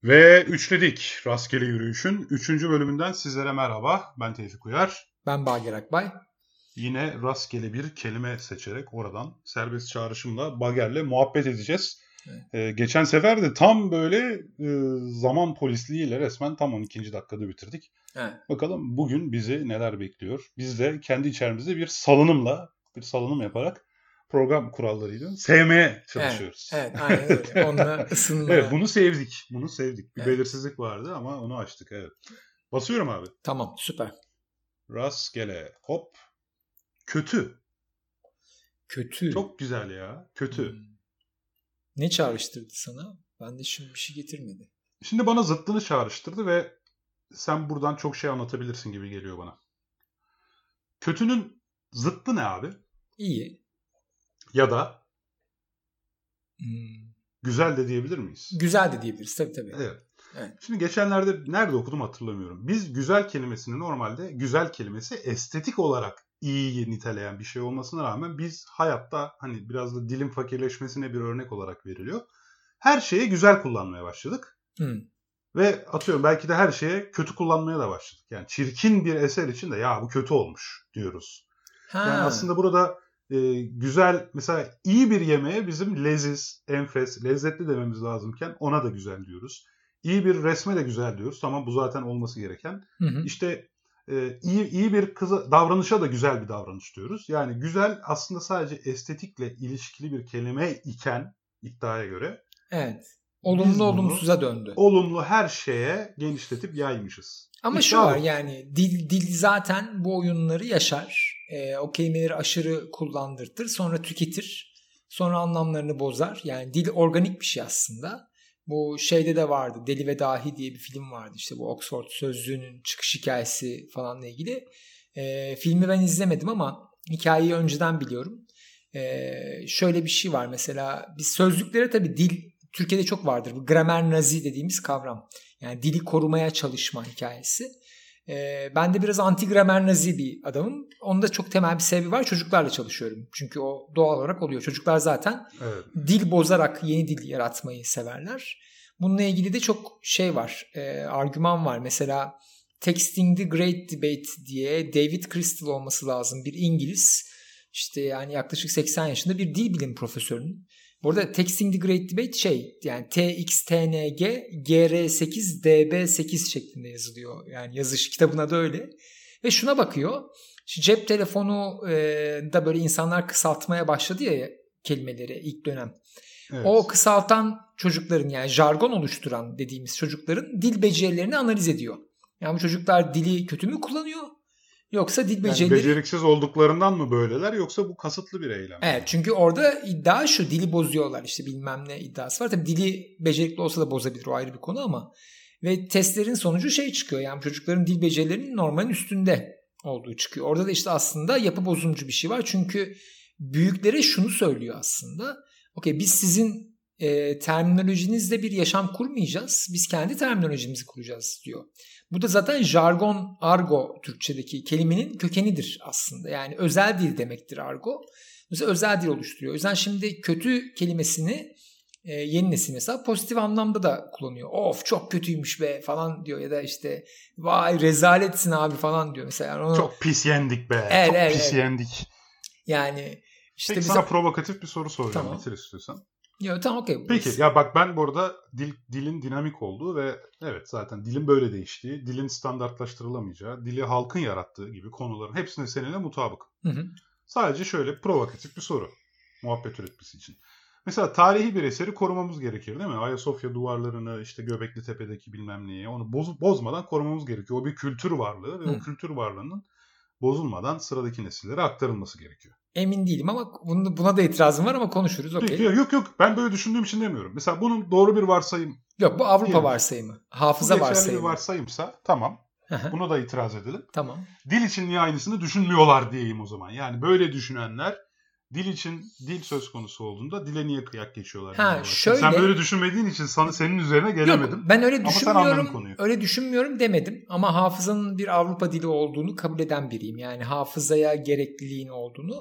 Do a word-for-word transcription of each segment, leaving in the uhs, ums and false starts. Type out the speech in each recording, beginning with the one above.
Ve üçledik. Rastgele Yürüyüş'ün üçüncü bölümünden sizlere merhaba. Ben Tevfik Uyar. Ben Bager Akbay. Yine rastgele bir kelime seçerek oradan serbest çağrışımla Bager'le muhabbet edeceğiz. Evet. Ee, geçen sefer de tam böyle e, zaman polisliğiyle resmen tam on ikinci dakikada bitirdik. Evet. Bakalım bugün bizi neler bekliyor. Biz de kendi içerimizde bir salınımla, bir salınım yaparak program kurallarıyla sevmeye çalışıyoruz. Evet, evet aynen öyle. Onunla ısınma. Evet, bunu sevdik. Bunu sevdik. Bir evet. belirsizlik vardı ama onu açtık. Evet. Basıyorum abi. Tamam, süper. Rastgele. Hop. Kötü. Kötü. Çok güzel ya. Kötü. Hmm. Ne çağrıştırdı sana? Ben de şimdi bir şey getirmedi. Şimdi bana zıttını çağrıştırdı ve sen buradan çok şey anlatabilirsin gibi geliyor bana. Kötünün zıttı ne abi? İyi. Ya da hmm. güzel de diyebilir miyiz? Güzel de diyebiliriz tabii tabii. Evet. Evet. Şimdi geçenlerde nerede okudum hatırlamıyorum. Biz güzel kelimesini normalde güzel kelimesi estetik olarak iyi niteleyen bir şey olmasına rağmen biz hayatta hani biraz da dilin fakirleşmesine bir örnek olarak veriliyor. Her şeye güzel kullanmaya başladık. Hmm. Ve atıyorum belki de her şeye kötü kullanmaya da başladık. Yani çirkin bir eser için de ya bu kötü olmuş diyoruz. Ha. Yani aslında burada e, güzel mesela iyi bir yemeğe bizim leziz, enfes, lezzetli dememiz lazımken ona da güzel diyoruz. İyi bir resme de güzel diyoruz. Tamam bu zaten olması gereken. Hı hı. İşte e, iyi iyi bir kıza davranışa da güzel bir davranış diyoruz. Yani güzel aslında sadece estetikle ilişkili bir kelime iken iddiaya göre. Evet. Olumlu olumsuza döndü. Olumlu her şeye genişletip yaymışız. Ama işte şu var yani dil dil zaten bu oyunları yaşar. E, o kelimeleri aşırı kullandırtır. Sonra tüketir. Sonra anlamlarını bozar. Yani dil organik bir şey aslında. Bu şeyde de vardı. Deli ve Dahi diye bir film vardı. İşte bu Oxford Sözlüğü'nün çıkış hikayesi falanla ilgili. E, filmi ben izlemedim ama hikayeyi önceden biliyorum. E, şöyle bir şey var mesela. Biz sözlüklere tabii dil Türkiye'de çok vardır. Bu gramer nazi dediğimiz kavram. Yani dili korumaya çalışma hikayesi. Ee, ben de biraz anti gramer nazi bir adamım. Onda çok temel bir sebebi var. Çocuklarla çalışıyorum. Çünkü o doğal olarak oluyor. Çocuklar zaten evet. dil bozarak yeni dil yaratmayı severler. Bununla ilgili de çok şey var. E, argüman var. Mesela Texting the Great Debate diye David Crystal olması lazım. Bir İngiliz. İşte yani yaklaşık seksen yaşında bir dil bilim profesörünün. Bu arada Texting the Great Debate şey yani T X T N G G R sekiz D B sekiz şeklinde yazılıyor. Yani yazış kitabına da öyle. Ve şuna bakıyor. Şu cep telefonu e, da böyle insanlar kısaltmaya başladı ya kelimeleri ilk dönem. Evet. O kısaltan çocukların yani jargon oluşturan dediğimiz çocukların dil becerilerini analiz ediyor. Yani bu çocuklar dili kötü mü kullanıyor? Yoksa dil becerileri... Yani beceriksiz olduklarından mı böyleler yoksa bu kasıtlı bir eylem? Evet çünkü orada iddia şu dili bozuyorlar işte bilmem ne iddiası var. Tabii dili becerikli olsa da bozabilir o ayrı bir konu ama ve testlerin sonucu şey çıkıyor yani çocukların dil becerilerinin normalin üstünde olduğu çıkıyor. Orada da işte aslında yapı bozumcu bir şey var çünkü büyüklere şunu söylüyor aslında. Okey biz sizin e, terminolojinizle bir yaşam kurmayacağız. Biz kendi terminolojimizi kuracağız diyor. Bu da zaten jargon, argo Türkçedeki kelimenin kökenidir aslında. Yani özel dil demektir argo. Mesela özel dil oluşturuyor. O yüzden şimdi kötü kelimesini e, yeni nesil mesela pozitif anlamda da kullanıyor. Of çok kötüymüş be falan diyor ya da işte vay rezaletsin abi falan diyor mesela. Onu... Çok pis yendik be. Evet, çok evet, pis evet. yendik. Yani işte Peki bize... sana provokatif bir soru soracağım. Tamam. Bitir istiyorsan. Yo, tamam okey. Peki ya bak ben bu arada dil, dilin dinamik olduğu ve evet zaten dilin böyle değiştiği, dilin standartlaştırılamayacağı, dili halkın yarattığı gibi konuların hepsine seninle mutabık. Hı hı. Sadece şöyle provokatif bir soru muhabbet üretmesi için. Mesela tarihi bir eseri korumamız gerekir değil mi? Ayasofya duvarlarını işte Göbekli Tepe'deki bilmem neyi onu boz, bozmadan korumamız gerekiyor. O bir kültür varlığı ve hı. o kültür varlığının bozulmadan sıradaki nesillere aktarılması gerekiyor. Emin değilim ama buna da itirazım var ama konuşuruz. Okay. Yok yok ben böyle düşündüğüm için demiyorum. Mesela bunun doğru bir varsayım. Yok bu Avrupa varsayımı. Hafıza bu varsayımı. Bu varsayımsa tamam. Buna da itiraz edelim. Tamam. Dil için niye aynısını düşünmüyorlar diyeyim o zaman. Yani böyle düşünenler dil için dil söz konusu olduğunda dile niye kıyak geçiyorlar? Ha, şöyle, sen böyle düşünmediğin için sana, senin üzerine gelemedim. Yok ben öyle düşünmüyorum. Öyle düşünmüyorum demedim. Ama hafızanın bir Avrupa dili olduğunu kabul eden biriyim. Yani hafızaya gerekliliğin olduğunu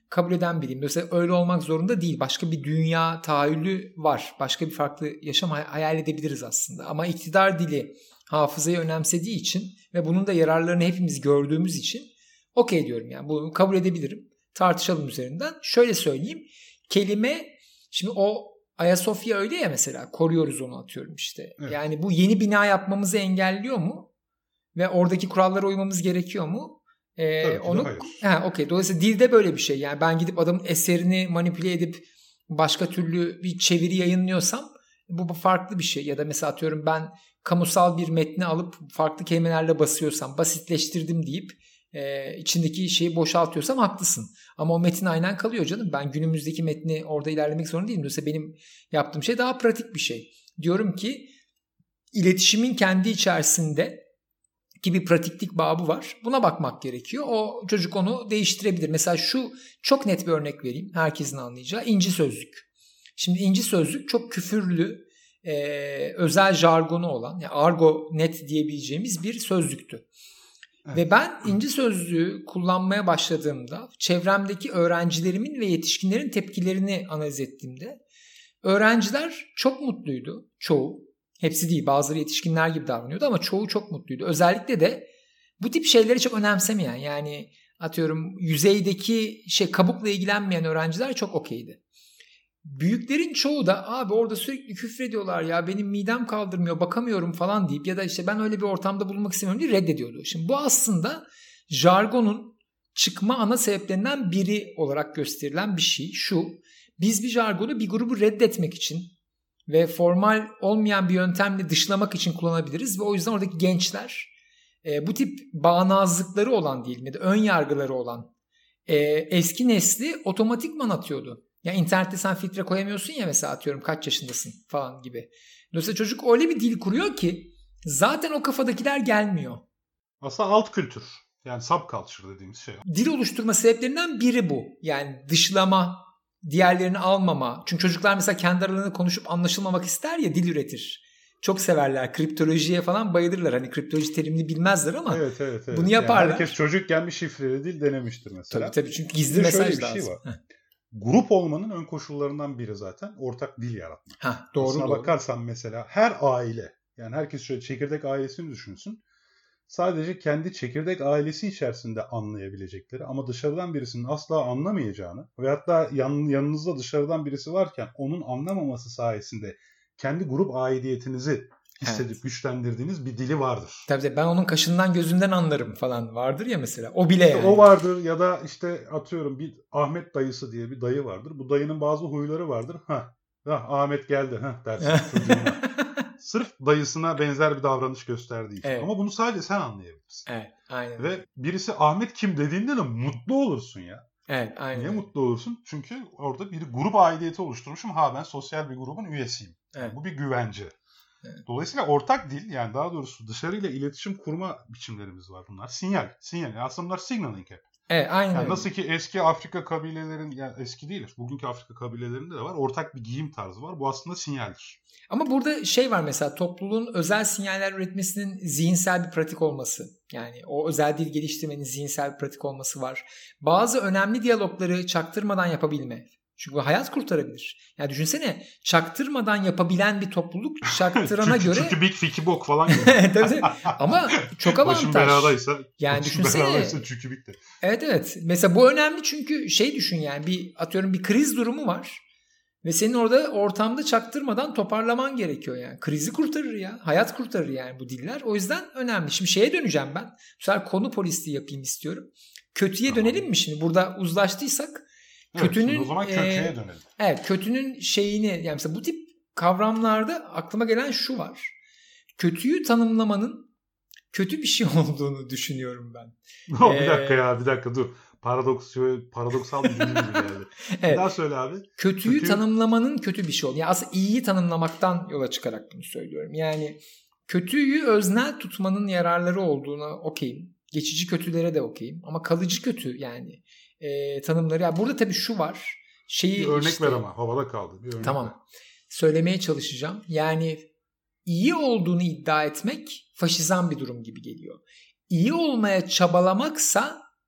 kabul eden biriyim. Mesela öyle olmak zorunda değil. Başka bir dünya tahayyülü var. Başka bir farklı yaşam hayal edebiliriz aslında. Ama iktidar dili hafızayı önemsediği için ve bunun da yararlarını hepimiz gördüğümüz için okey diyorum yani. Bunu kabul edebilirim. Tartışalım üzerinden. Şöyle söyleyeyim. Kelime, şimdi o Ayasofya öyle ya mesela. Koruyoruz onu, atıyorum işte. Evet. Yani bu yeni bina yapmamızı engelliyor mu? Ve oradaki kurallara uymamız gerekiyor mu? Ee, onu ha okey. Dolayısıyla dilde böyle bir şey. Yani ben gidip adamın eserini manipüle edip başka türlü bir çeviri yayınlıyorsam bu farklı bir şey. Ya da mesela atıyorum ben kamusal bir metni alıp farklı kelimelerle basıyorsam, basitleştirdim deyip e, içindeki şeyi boşaltıyorsam haklısın. Ama o metin aynen kalıyor canım. Ben günümüzdeki metni orada ilerlemek zorunda değilim. Dolayısıyla benim yaptığım şey daha pratik bir şey. Diyorum ki iletişimin kendi içerisinde ki bir pratiklik babı var. Buna bakmak gerekiyor. O çocuk onu değiştirebilir. Mesela şu çok net bir örnek vereyim. Herkesin anlayacağı İnci Sözlük. Şimdi İnci Sözlük çok küfürlü, e, özel jargonu olan, yani argo net diyebileceğimiz bir sözlüktü. Evet. Ve ben İnci Sözlüğü kullanmaya başladığımda çevremdeki öğrencilerimin ve yetişkinlerin tepkilerini analiz ettiğimde öğrenciler çok mutluydu. Çoğu. Hepsi değil, bazıları yetişkinler gibi davranıyordu ama çoğu çok mutluydu. Özellikle de bu tip şeyleri çok önemsemeyen, yani atıyorum yüzeydeki şey kabukla ilgilenmeyen öğrenciler çok okeydi. Büyüklerin çoğu da abi orada sürekli küfrediyorlar ya, benim midem kaldırmıyor, bakamıyorum falan deyip ya da işte ben öyle bir ortamda bulunmak istemiyorum diye reddediyordu. Şimdi bu aslında jargonun çıkma ana sebeplerinden biri olarak gösterilen bir şey. Şu, biz bir jargonu bir grubu reddetmek için ve formal olmayan bir yöntemle dışlamak için kullanabiliriz ve o yüzden oradaki gençler e, bu tip bağnazlıkları olan değil mi de ön yargıları olan e, eski nesli otomatikman atıyordu. Ya yani internette sen filtre koyamıyorsun ya, mesela atıyorum kaç yaşındasın falan gibi. Dolayısıyla çocuk öyle bir dil kuruyor ki zaten o kafadakiler gelmiyor. Aslında alt kültür, yani subculture dediğimiz şey. Dil oluşturma sebeplerinden biri bu. Yani dışlama, diğerlerini almama. Çünkü çocuklar mesela kendi aralarında konuşup anlaşılmamak ister ya, dil üretir. Çok severler. Kriptolojiye falan bayılırlar. Hani kriptoloji terimini bilmezler ama evet, evet, evet. bunu yaparlar. Yani herkes çocukken bir şifreli dil denemiştir mesela. Tabii tabii, çünkü gizli mesaj lazım. Şey var. Grup olmanın ön koşullarından biri zaten ortak dil yaratmak. Ha, doğru, Aslına doğru. bakarsan mesela her aile, yani herkes şöyle çekirdek ailesini düşünsün. Sadece kendi çekirdek ailesi içerisinde anlayabilecekleri ama dışarıdan birisinin asla anlamayacağını ve hatta yan, yanınızda dışarıdan birisi varken onun anlamaması sayesinde kendi grup aidiyetinizi hissedip evet. güçlendirdiğiniz bir dili vardır. Tabii tabii, ben onun kaşından gözünden anlarım falan vardır ya mesela. O bile yani. O vardır ya da işte atıyorum bir Ahmet dayısı diye bir dayı vardır. Bu dayının bazı huyları vardır. Ha, ha Ahmet geldi ha dersin çocuğuna. Sırf dayısına benzer bir davranış gösterdiği için. Evet. Ama bunu sadece sen anlayabilirsin. Evet, aynen. Ve birisi Ahmet kim dediğinde de mutlu olursun ya. Evet, aynen. Niye mutlu olursun? Çünkü orada bir grup aidiyeti oluşturmuşum. Ha, ben sosyal bir grubun üyesiyim. Evet. Yani bu bir güvence. Evet. Dolayısıyla ortak dil, yani daha doğrusu dışarıyla iletişim kurma biçimlerimiz var bunlar. Sinyal. Sinyal. Aslında bunlar signaling hep. Evet, aynen yani öyle. Nasıl ki eski Afrika kabilelerin, yani eski değil, bugünkü Afrika kabilelerinde de var. Ortak bir giyim tarzı var. Bu aslında sinyaldir. Ama burada şey var mesela, topluluğun özel sinyaller üretmesinin zihinsel bir pratik olması. Yani o özel dil geliştirmenin zihinsel bir pratik olması var. Bazı önemli diyalogları çaktırmadan yapabilme. Çünkü bu hayat kurtarabilir. Yani düşünsene, çaktırmadan yapabilen bir topluluk çaktırana çünkü, göre... Çünkü big fiki bok falan gibi. tabii, tabii. Ama çok avantaj. Başım beladaysa, yani düşünsene. beladaysa çünkü bitti. Evet evet. Mesela bu önemli çünkü şey düşün, yani bir atıyorum bir kriz durumu var. Ve senin orada ortamda çaktırmadan toparlaman gerekiyor yani. Krizi kurtarır ya. Hayat kurtarır yani bu diller. O yüzden önemli. Şimdi şeye döneceğim ben. Bu sefer konu polisliği yapayım istiyorum. Kötüye tamam. dönelim mi şimdi? Burada uzlaştıysak. Kötünün, evet, o zaman kötüye e, dönelim. Evet, kötünün şeyini, yani mesela bu tip kavramlarda aklıma gelen şu var. Kötüyü tanımlamanın kötü bir şey olduğunu düşünüyorum ben. Oh, ee, bir dakika ya bir dakika dur. Paradoks, paradoksal bir cümle gibi geldi. Evet. Bir daha söyle abi. Kötüyü, kötüyü tanımlamanın kötü bir şey olduğunu. Yani aslında iyiyi tanımlamaktan yola çıkarak bunu söylüyorum. Yani kötüyü öznel tutmanın yararları olduğuna okeyim. Geçici kötülere de okeyim. Ama kalıcı kötü yani e, tanımları. Yani burada tabii şu var. Şeyi bir örnek işte, ver ama havada kaldı. Bir örnek tamam. ver. Söylemeye çalışacağım. Yani iyi olduğunu iddia etmek faşizan bir durum gibi geliyor. İyi olmaya çabalamaksa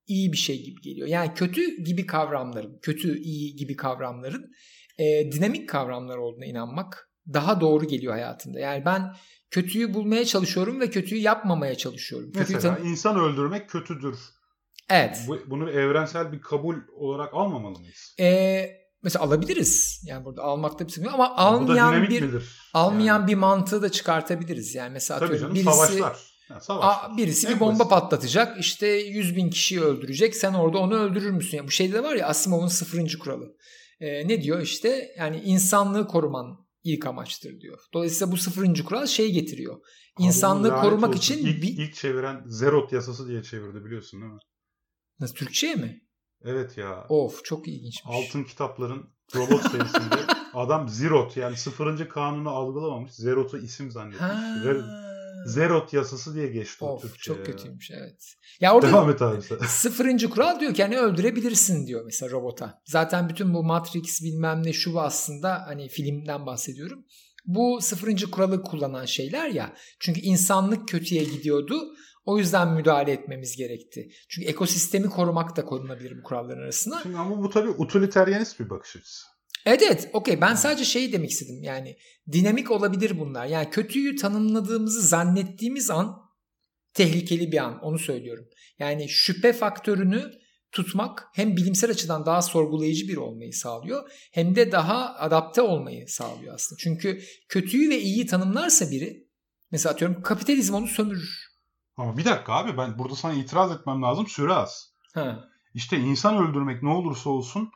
iyi bir şey gibi geliyor. Yani kötü gibi kavramların, kötü, iyi gibi kavramların e, dinamik kavramlar olduğuna inanmak daha doğru geliyor hayatımda. Yani ben kötüyü bulmaya çalışıyorum ve kötüyü yapmamaya çalışıyorum. Mesela kötüyü tan- insan öldürmek kötüdür. Evet. Bu, bunu evrensel bir kabul olarak almamalı mıyız? Ee, mesela alabiliriz. Yani burada almakta bir sıkıntı yok ama almayan bir midir? almayan yani. bir mantığı da çıkartabiliriz. Yani mesela Tabii atıyorum canım, birisi savaşlar. Yani savaşlar. a, birisi En bir bomba basit. patlatacak. İşte yüz bin kişiyi öldürecek. Sen orada onu öldürür müsün? Yani bu şeyde de var ya, Asimov'un sıfırıncı kuralı. Ee, ne diyor işte? Yani insanlığı koruman ilk amaçtır diyor. Dolayısıyla bu sıfırıncı kural şey getiriyor. İnsanlığı Abi, korumak olsun. için ilk, bir... ilk çeviren Zerot yasası diye çevirdi, biliyorsun değil mi? Nasıl, Türkçe'ye mi? Evet ya. Of, çok ilginçmiş. Altın kitapların robot serisinde adam Zerot, yani sıfırıncı kanunu algılamamış. Zerot'u isim zannetmiş. Ha. Zerot yasası diye geçti Of, o Türkçe'ye. çok kötüymüş, evet. Ya orada Devam et abi sen. sıfırıncı kural diyor ki hani öldürebilirsin diyor mesela robota. Zaten bütün bu Matrix bilmem ne şu aslında hani filmden bahsediyorum. Bu sıfırıncı kuralı kullanan şeyler ya. Çünkü insanlık kötüye gidiyordu. O yüzden müdahale etmemiz gerekti. Çünkü ekosistemi korumak da konulabilir bu kuralların arasına. Şimdi ama bu tabii utilitarianist bir bakış açısı. Evet evet, okey, ben sadece şeyi demek istedim, yani dinamik olabilir bunlar. Yani kötüyü tanımladığımızı zannettiğimiz an tehlikeli bir an, onu söylüyorum. Yani şüphe faktörünü tutmak hem bilimsel açıdan daha sorgulayıcı biri olmayı sağlıyor hem de daha adapte olmayı sağlıyor aslında. Çünkü kötüyü ve iyiyi tanımlarsa biri, mesela atıyorum kapitalizm onu sömürür. Ama bir dakika abi, ben burada sana itiraz etmem lazım, süre az. Ha. İşte insan öldürmek ne olursa olsun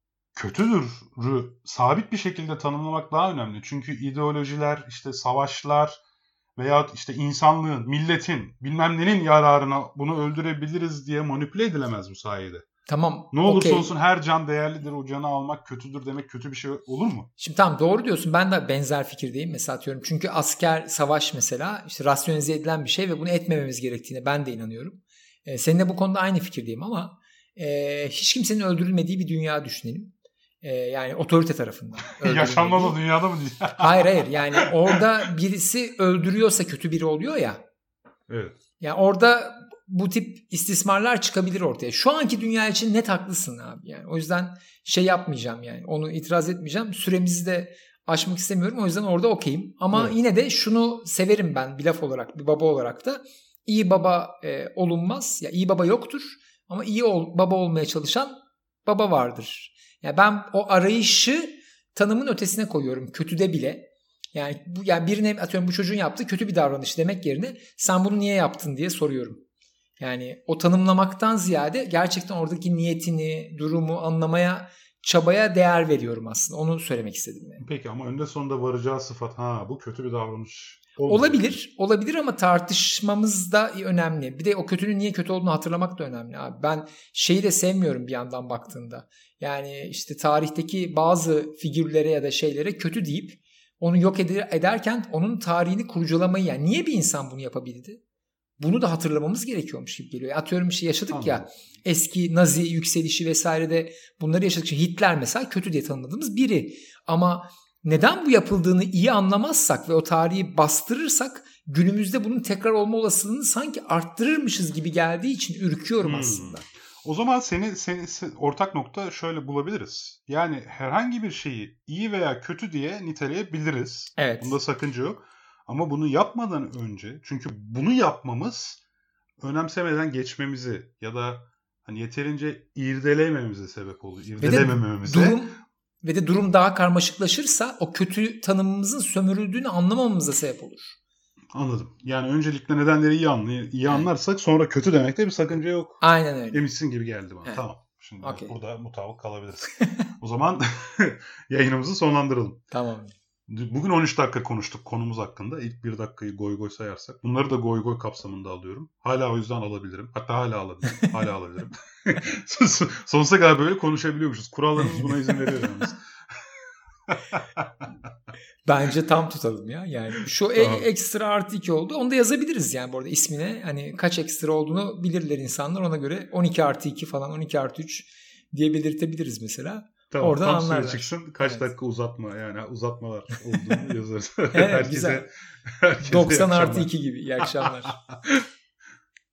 kötüdür'ü sabit bir şekilde tanımlamak daha önemli. Çünkü ideolojiler, işte savaşlar veya işte insanlığın, milletin, bilmem nenin yararına bunu öldürebiliriz diye manipüle edilemez bu sayede. Tamam. Ne olursa okay. olsun her can değerlidir, o canı almak kötüdür demek kötü bir şey olur mu? Şimdi tamam, doğru diyorsun, ben de benzer fikirdeyim mesela atıyorum. Çünkü asker, savaş mesela işte rasyonize edilen bir şey ve bunu etmememiz gerektiğine ben de inanıyorum. Ee, seninle bu konuda aynı fikirdeyim ama e, hiç kimsenin öldürülmediği bir dünya düşünelim. Ee, yani otorite tarafından. Yaşanmalı dünyada mı diye? Hayır hayır, yani orada birisi öldürüyorsa kötü biri oluyor ya. Evet. Yani orada bu tip istismarlar çıkabilir ortaya. Şu anki dünya için net haklısın abi. Yani o yüzden şey yapmayacağım yani. Onu itiraz etmeyeceğim. Süremizi de aşmak istemiyorum. O yüzden orada okeyim. Ama evet, yine de şunu severim ben bir laf olarak, bir baba olarak da. İyi baba e, olunmaz. Ya iyi baba yoktur. Ama iyi ol, baba olmaya çalışan baba vardır. Yani ben o arayışı tanımın ötesine koyuyorum. Kötüde bile. Yani bu, yani birine atıyorum bu çocuğun yaptığı kötü bir davranış demek yerine sen bunu niye yaptın diye soruyorum. Yani o tanımlamaktan ziyade gerçekten oradaki niyetini, durumu anlamaya, çabaya değer veriyorum aslında. Onu söylemek istedim yani. Peki ama önde sonunda varacağı sıfat, ha bu kötü bir davranış olmuyor. Olabilir. Olabilir ama tartışmamız da önemli. Bir de o kötünün niye kötü olduğunu hatırlamak da önemli abi. Ben şeyi de sevmiyorum bir yandan baktığında. Yani işte tarihteki bazı figürlere ya da şeylere kötü deyip onu yok ederken onun tarihini kurcalamayı, yani niye bir insan bunu yapabildi? Bunu da hatırlamamız gerekiyormuş gibi geliyor. Atıyorum işte yaşadık Anladım. ya eski Nazi yükselişi vesairede bunları yaşadık. Şimdi Hitler mesela kötü diye tanımladığımız biri. Ama neden bu yapıldığını iyi anlamazsak ve o tarihi bastırırsak günümüzde bunun tekrar olma olasılığını sanki arttırırmışız gibi geldiği için ürküyorum hmm. aslında. O zaman seni, seni ortak nokta şöyle bulabiliriz. Yani herhangi bir şeyi iyi veya kötü diye niteleyebiliriz. Evet. Bunda sakınca yok. Ama bunu yapmadan önce, çünkü bunu yapmamız önemsemeden geçmemizi ya da hani yeterince irdelemememize sebep oluyor. İrdelemememize. Ve de durum, ve de durum daha karmaşıklaşırsa o kötü tanımımızın sömürüldüğünü anlamamamıza sebep olur. Anladım. Yani öncelikle nedenleri iyi, anlay- iyi anlarsak sonra kötü demekte bir sakınca yok. Aynen öyle. Demişsin gibi geldi bana. Evet. Tamam. Şimdi okay. burada mutabık kalabiliriz. O zaman yayınımızı sonlandıralım. Tamam. Bugün on üç dakika konuştuk konumuz hakkında. İlk bir dakikayı goy goy sayarsak. Bunları da goy goy kapsamında alıyorum. Hala o yüzden alabilirim. Hatta hala alabilirim. Hala alabilirim. Sonsuza kadar böyle konuşabiliyormuşuz. Kurallarımız buna izin veriyor yalnız. Bence tam tutalım ya. Yani şu tamam. Ekstra artı iki oldu. Onu da yazabiliriz yani bu arada ismine. Hani kaç ekstra olduğunu bilirler insanlar. Ona göre on iki artı iki falan, on iki artı üç diye belirtebiliriz mesela. Tamam, oradan tam anlarlar. Süre çıksın. Kaç evet. dakika uzatma yani uzatmalar olduğunu yazarız. Evet, herkese, güzel. Herkese doksan artı iki gibi. İyi akşamlar.